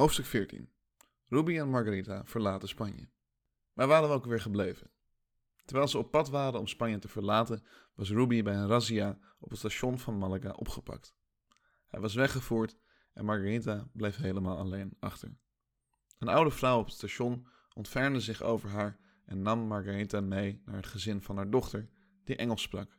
Hoofdstuk 14. Ruby en Margarita verlaten Spanje. Waar waren we ook weer gebleven? Terwijl ze op pad waren om Spanje te verlaten, was Ruby bij een razzia op het station van Malaga opgepakt. Hij was weggevoerd en Margarita bleef helemaal alleen achter. Een oude vrouw op het station ontfermde zich over haar en nam Margarita mee naar het gezin van haar dochter, die Engels sprak.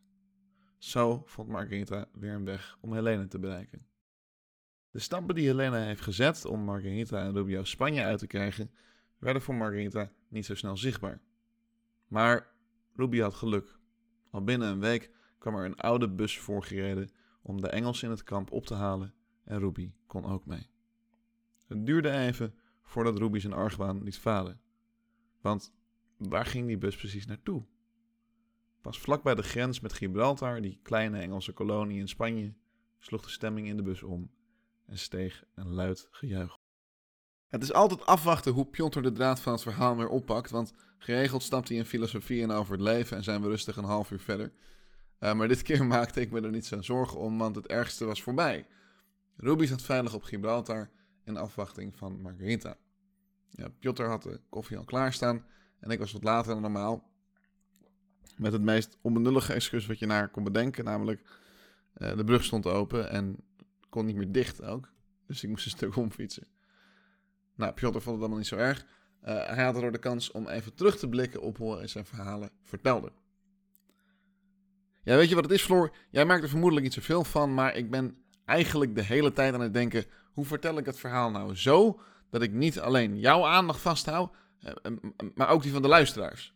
Zo vond Margarita weer een weg om Helene te bereiken. De stappen die Helene heeft gezet om Margarita en Ruby uit Spanje uit te krijgen, werden voor Margarita niet zo snel zichtbaar. Maar Ruby had geluk. Al binnen een week kwam er een oude bus voorgereden om de Engelsen in het kamp op te halen en Ruby kon ook mee. Het duurde even voordat Ruby zijn argwaan liet varen. Want waar ging die bus precies naartoe? Pas vlak bij de grens met Gibraltar, die kleine Engelse kolonie in Spanje, sloeg de stemming in de bus om en steeg een luid gejuich. Het is altijd afwachten hoe Piotr de draad van het verhaal weer oppakt, want geregeld stapt hij in filosofie en over het leven en zijn we rustig een half uur verder. Maar dit keer maakte ik me er niet zo'n zorgen om, want het ergste was voorbij. Ruby zat veilig op Gibraltar in afwachting van Margarita. Ja, Piotr had de koffie al klaarstaan en ik was wat later dan normaal. Met het meest onbenullige excuus wat je naar kon bedenken, namelijk de brug stond open en kon niet meer dicht ook. Dus ik moest een stuk omfietsen. Nou, Piotr vond het allemaal niet zo erg. Hij had erdoor de kans om even terug te blikken op hoe hij zijn verhalen vertelde. Ja, weet je wat het is, Floor? Jij maakt er vermoedelijk niet zoveel van, maar ik ben eigenlijk de hele tijd aan het denken, hoe vertel ik het verhaal nou zo, dat ik niet alleen jouw aandacht vasthoud, maar ook die van de luisteraars.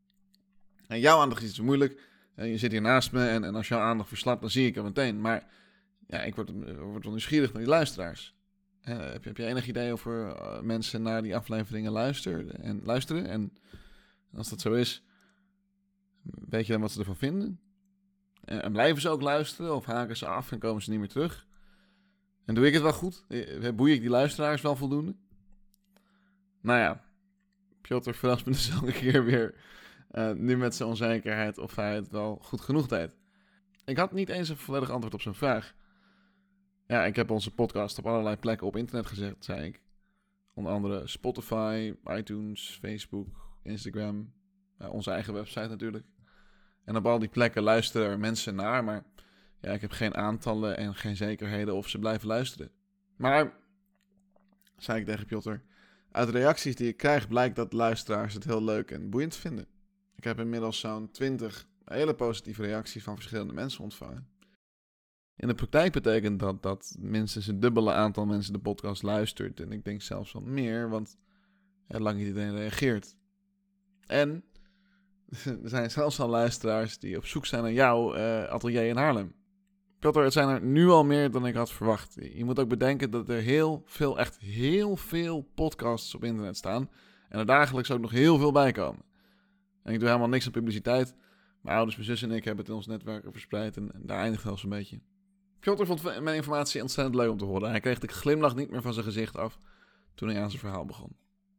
En jouw aandacht is niet zo moeilijk. Je zit hier naast me en als jouw aandacht verslapt, dan zie ik het meteen. Maar ja, ik word wel nieuwsgierig naar die luisteraars. Heb je enig idee of er mensen naar die afleveringen luisteren? En als dat zo is, weet je dan wat ze ervan vinden? En blijven ze ook luisteren of haken ze af en komen ze niet meer terug? En doe ik het wel goed? Boei ik die luisteraars wel voldoende? Nou ja, Piotr verrast me dus elke keer weer. Nu met zijn onzekerheid of hij het wel goed genoeg deed. Ik had niet eens een volledig antwoord op zijn vraag. Ja, ik heb onze podcast op allerlei plekken op internet gezet, zei ik. Onder andere Spotify, iTunes, Facebook, Instagram, onze eigen website natuurlijk. En op al die plekken luisteren er mensen naar, maar ja, ik heb geen aantallen en geen zekerheden of ze blijven luisteren. Maar, zei ik tegen Piotr, uit de reacties die ik krijg blijkt dat luisteraars het heel leuk en boeiend vinden. Ik heb inmiddels zo'n 20 hele positieve reacties van verschillende mensen ontvangen. In de praktijk betekent dat minstens een dubbele aantal mensen de podcast luistert. En ik denk zelfs wel meer, want lang niet iedereen reageert. En er zijn zelfs al luisteraars die op zoek zijn naar jouw atelier in Haarlem. Piotr, het zijn er nu al meer dan ik had verwacht. Je moet ook bedenken dat er echt heel veel podcasts op internet staan. En er dagelijks ook nog heel veel bij komen. En ik doe helemaal niks aan publiciteit. Mijn ouders, mijn zus en ik hebben het in ons netwerk verspreid en daar eindigt wel zo'n beetje. Piotr vond mijn informatie ontzettend leuk om te horen. Hij kreeg de glimlach niet meer van zijn gezicht af toen hij aan zijn verhaal begon.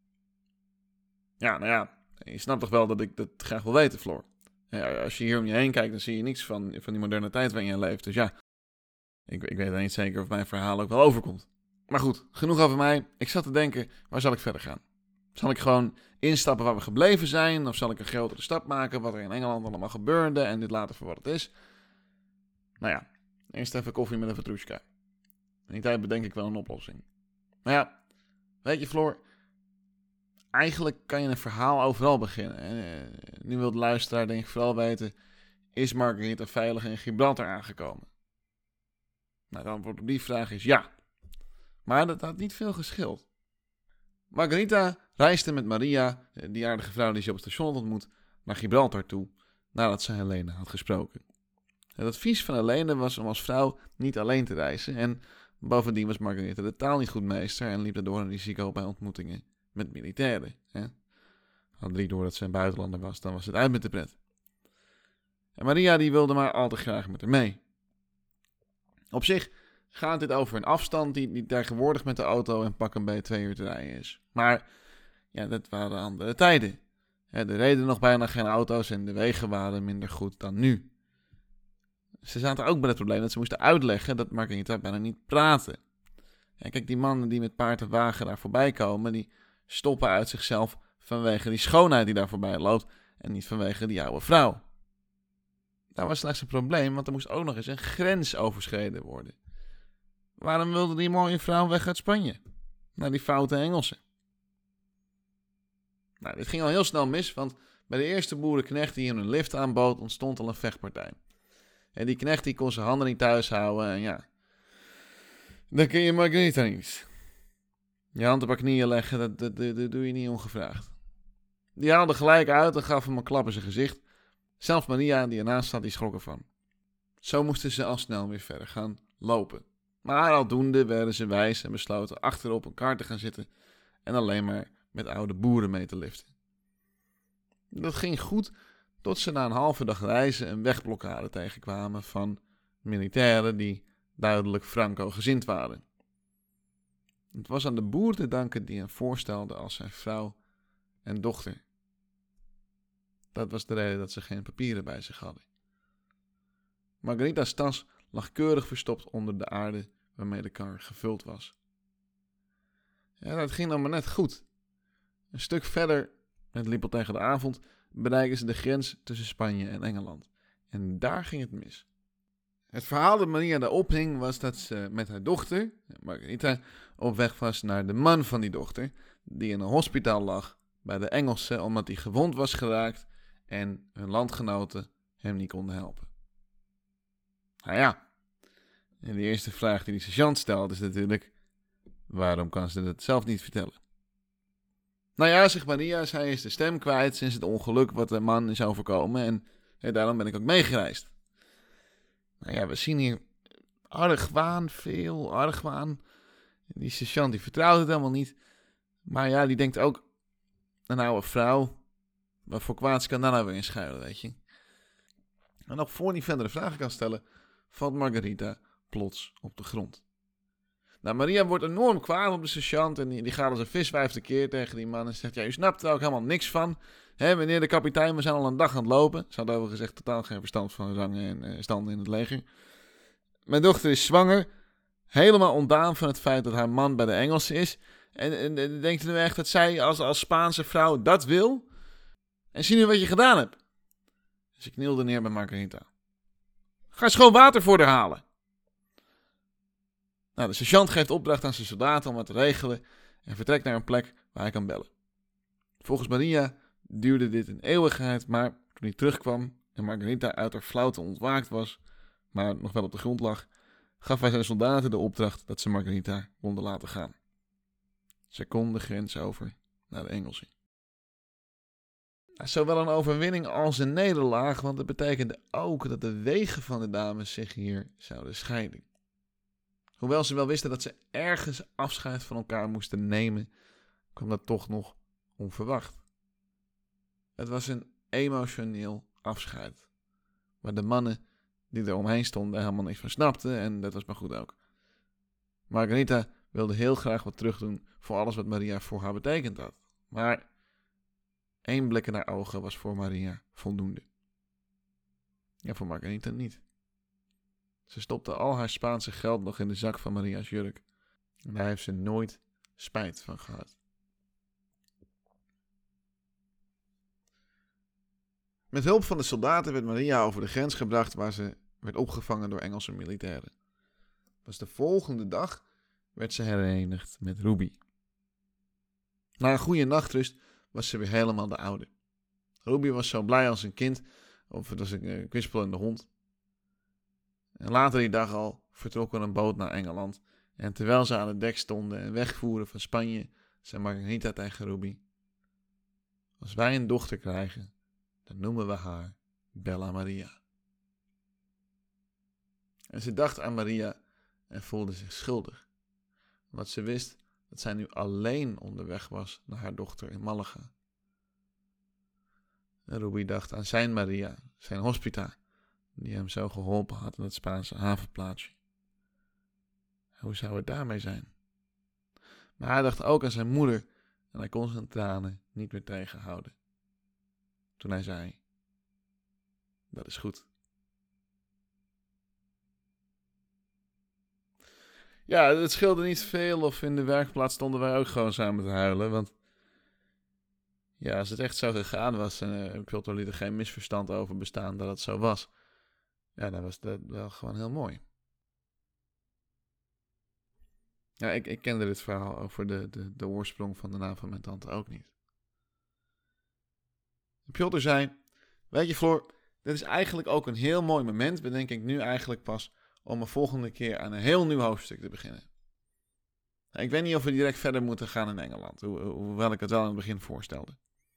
Ja, nou ja, je snapt toch wel dat ik dat graag wil weten, Floor. Ja, als je hier om je heen kijkt, dan zie je niks van die moderne tijd waarin je leeft. Dus ja, ik weet dan niet zeker of mijn verhaal ook wel overkomt. Maar goed, genoeg over mij. Ik zat te denken, waar zal ik verder gaan? Zal ik gewoon instappen waar we gebleven zijn? Of zal ik een grotere stap maken wat er in Engeland allemaal gebeurde en dit later voor wat het is? Nou ja, eerst even koffie met een Petrushka. In die tijd bedenk ik wel een oplossing. Maar ja, weet je Floor, eigenlijk kan je een verhaal overal beginnen. Nu wil de luisteraar denk ik vooral weten, is Margarita veilig in Gibraltar aangekomen? Nou, het antwoord op die vraag is ja. Maar dat had niet veel gescheeld. Margarita reisde met Maria, die aardige vrouw die ze op het station had ontmoet, naar Gibraltar toe, nadat ze Helene had gesproken. Het advies van Helene was om als vrouw niet alleen te reizen en bovendien was Margarita de taal niet goed meester en liep daardoor een risico bij ontmoetingen met militairen. Had die door dat ze een buitenlander was, dan was het uit met de pret. En Maria die wilde maar al te graag met haar mee. Op zich gaat dit over een afstand die tegenwoordig met de auto en pak een bij 2 uur te rijden is. Maar ja, dat waren andere tijden. Er reden nog bijna geen auto's en de wegen waren minder goed dan nu. Ze zaten ook bij het probleem dat ze moesten uitleggen dat Margarita bijna niet praatte. En kijk, die mannen die met paard en wagen daar voorbij komen, die stoppen uit zichzelf vanwege die schoonheid die daar voorbij loopt en niet vanwege die oude vrouw. Daar was slechts een probleem, want er moest ook nog eens een grens overschreden worden. Waarom wilde die mooie vrouw weg uit Spanje? Naar die foute Engelsen. Nou, dit ging al heel snel mis, want bij de eerste boerenknecht die hem een lift aanbood, ontstond al een vechtpartij. En die knecht die kon zijn handen niet thuis houden en ja, dan kun je Margarita niet. Je hand op haar knieën leggen, dat doe je niet ongevraagd. Die haalde gelijk uit en gaf hem een klap in zijn gezicht. Zelfs Maria, die ernaast zat, die schrok ervan. Zo moesten ze al snel weer verder gaan lopen. Maar aldoende werden ze wijs en besloten achterop een kar te gaan zitten en alleen maar met oude boeren mee te liften. Dat ging goed tot ze na een halve dag reizen een wegblokkade tegenkwamen van militairen die duidelijk Franco-gezind waren. Het was aan de boer te danken die hem voorstelde als zijn vrouw en dochter. Dat was de reden dat ze geen papieren bij zich hadden. Margarita's tas lag keurig verstopt onder de aarde waarmee de kar gevuld was. Ja, dat ging dan maar net goed. Een stuk verder, het liep al tegen de avond, bereiken ze de grens tussen Spanje en Engeland. En daar ging het mis. Het verhaal dat Maria daar ophing was dat ze met haar dochter, Margarita, op weg was naar de man van die dochter, die in een hospitaal lag bij de Engelsen omdat hij gewond was geraakt en hun landgenoten hem niet konden helpen. Nou ja, en de eerste vraag die de sergeant stelt is natuurlijk, waarom kan ze dat zelf niet vertellen? Nou ja, zegt Maria, zij is de stem kwijt sinds het ongeluk wat de man is overkomen en daarom ben ik ook meegereisd. Nou ja, we zien hier argwaan, veel argwaan. Die sergeant die vertrouwt het helemaal niet. Maar ja, die denkt ook, een oude vrouw, wat voor kwaads kan daar nou weer in schuilen, weet je. En nog voor die verdere vragen kan stellen, valt Margarita plots op de grond. Nou, Maria wordt enorm kwaad op de sergeant en die gaat als een viswijf tekeer tegen die man en zegt, ja, u snapt er ook helemaal niks van. Hè, meneer de kapitein, we zijn al een dag aan het lopen. Ze had over gezegd totaal geen verstand van rangen en standen in het leger. Mijn dochter is zwanger, helemaal ontdaan van het feit dat haar man bij de Engelsen is. En denkt u nu echt dat zij als Spaanse vrouw dat wil? En zie nu wat je gedaan hebt. Ze knielde neer bij Margarita. Ga eens gewoon water voor haar halen. Nou, de sergeant geeft opdracht aan zijn soldaten om wat te regelen en vertrekt naar een plek waar hij kan bellen. Volgens Maria duurde dit een eeuwigheid, maar toen hij terugkwam en Margarita uit haar flauwte ontwaakt was, maar nog wel op de grond lag, gaf hij zijn soldaten de opdracht dat ze Margarita konden laten gaan. Ze kon de grens over naar de Engelsen. Zowel een overwinning als een nederlaag, want het betekende ook dat de wegen van de dames zich hier zouden scheiden. Hoewel ze wel wisten dat ze ergens afscheid van elkaar moesten nemen, kwam dat toch nog onverwacht. Het was een emotioneel afscheid, waar de mannen die er omheen stonden helemaal niks van snapten en dat was maar goed ook. Margarita wilde heel graag wat terugdoen voor alles wat Maria voor haar betekend had, maar 1 blik in haar ogen was voor Maria voldoende. Ja, voor Margarita niet. Ze stopte al haar Spaanse geld nog in de zak van Maria's jurk. En daar heeft ze nooit spijt van gehad. Met hulp van de soldaten werd Maria over de grens gebracht waar ze werd opgevangen door Engelse militairen. Pas de volgende dag werd ze herenigd met Ruby. Na een goede nachtrust was ze weer helemaal de oude. Ruby was zo blij als een kind, of het was een kwispelende hond. En later die dag al vertrok er een boot naar Engeland. En terwijl ze aan het dek stonden en wegvoeren van Spanje, zei Margarita tegen Ruby: als wij een dochter krijgen, dan noemen we haar Bella Maria. En ze dacht aan Maria en voelde zich schuldig, omdat ze wist dat zij nu alleen onderweg was naar haar dochter in Malaga. En Ruby dacht aan zijn Maria, zijn hospita, die hem zo geholpen had in het Spaanse havenplaatsje. Hoe zou het daarmee zijn? Maar hij dacht ook aan zijn moeder en hij kon zijn tranen niet meer tegenhouden. Toen hij zei: dat is goed. Ja, het scheelde niet veel of in de werkplaats stonden wij ook gewoon samen te huilen. Want ja, als het echt zo gegaan was en Piotr liet er geen misverstand over bestaan dat het zo was. Ja, dan was dat wel gewoon heel mooi. Ja, ik kende dit verhaal over de oorsprong van de naam van mijn tante ook niet. Piotr zei, weet je Floor, dit is eigenlijk ook een heel mooi moment, bedenk ik nu eigenlijk pas, om een volgende keer aan een heel nieuw hoofdstuk te beginnen. Ik weet niet of we direct verder moeten gaan in Engeland, hoewel ik het wel in het begin voorstelde.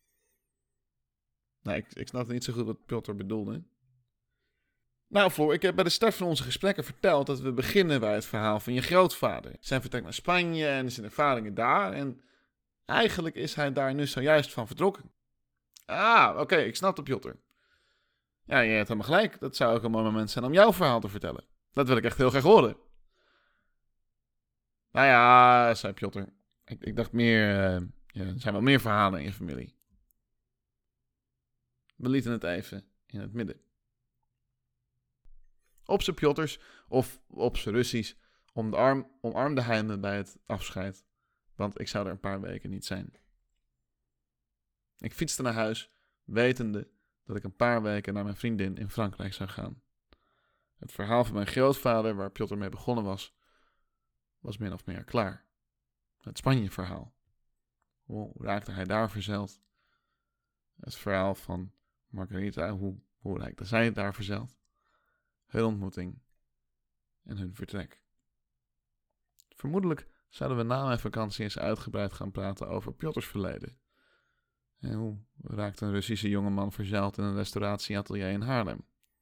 Nou, ik snapte niet zo goed wat Piotr bedoelde. Nou, Floor, ik heb bij de start van onze gesprekken verteld dat we beginnen bij het verhaal van je grootvader. Zijn vertrek naar Spanje en zijn ervaringen daar. En eigenlijk is hij daar nu zojuist van vertrokken. Ah, oké, ik snap het, Piotr. Ja, je hebt helemaal gelijk. Dat zou ook een mooi moment zijn om jouw verhaal te vertellen. Dat wil ik echt heel graag horen. Nou ja, zei Piotr. Ik dacht meer, ja, er zijn wel meer verhalen in je familie. We lieten het even in het midden. Op zijn Piotrs, of op zijn Russisch, omarmde hij me bij het afscheid. Want ik zou er een paar weken niet zijn. Ik fietste naar huis, wetende dat ik een paar weken naar mijn vriendin in Frankrijk zou gaan. Het verhaal van mijn grootvader, waar Piotr mee begonnen was min of meer klaar. Het Spanje-verhaal. Hoe raakte hij daar verzeild? Het verhaal van Margarita, hoe raakte zij daar verzeild? Hun ontmoeting en hun vertrek. Vermoedelijk zouden we na mijn vakantie eens uitgebreid gaan praten over Piotrs verleden. En hoe raakt een Russische jongeman verzeild in een restauratieatelier in Haarlem?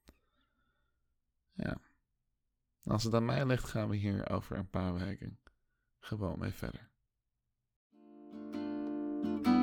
Ja, als het aan mij ligt gaan we hier over een paar weken gewoon mee verder.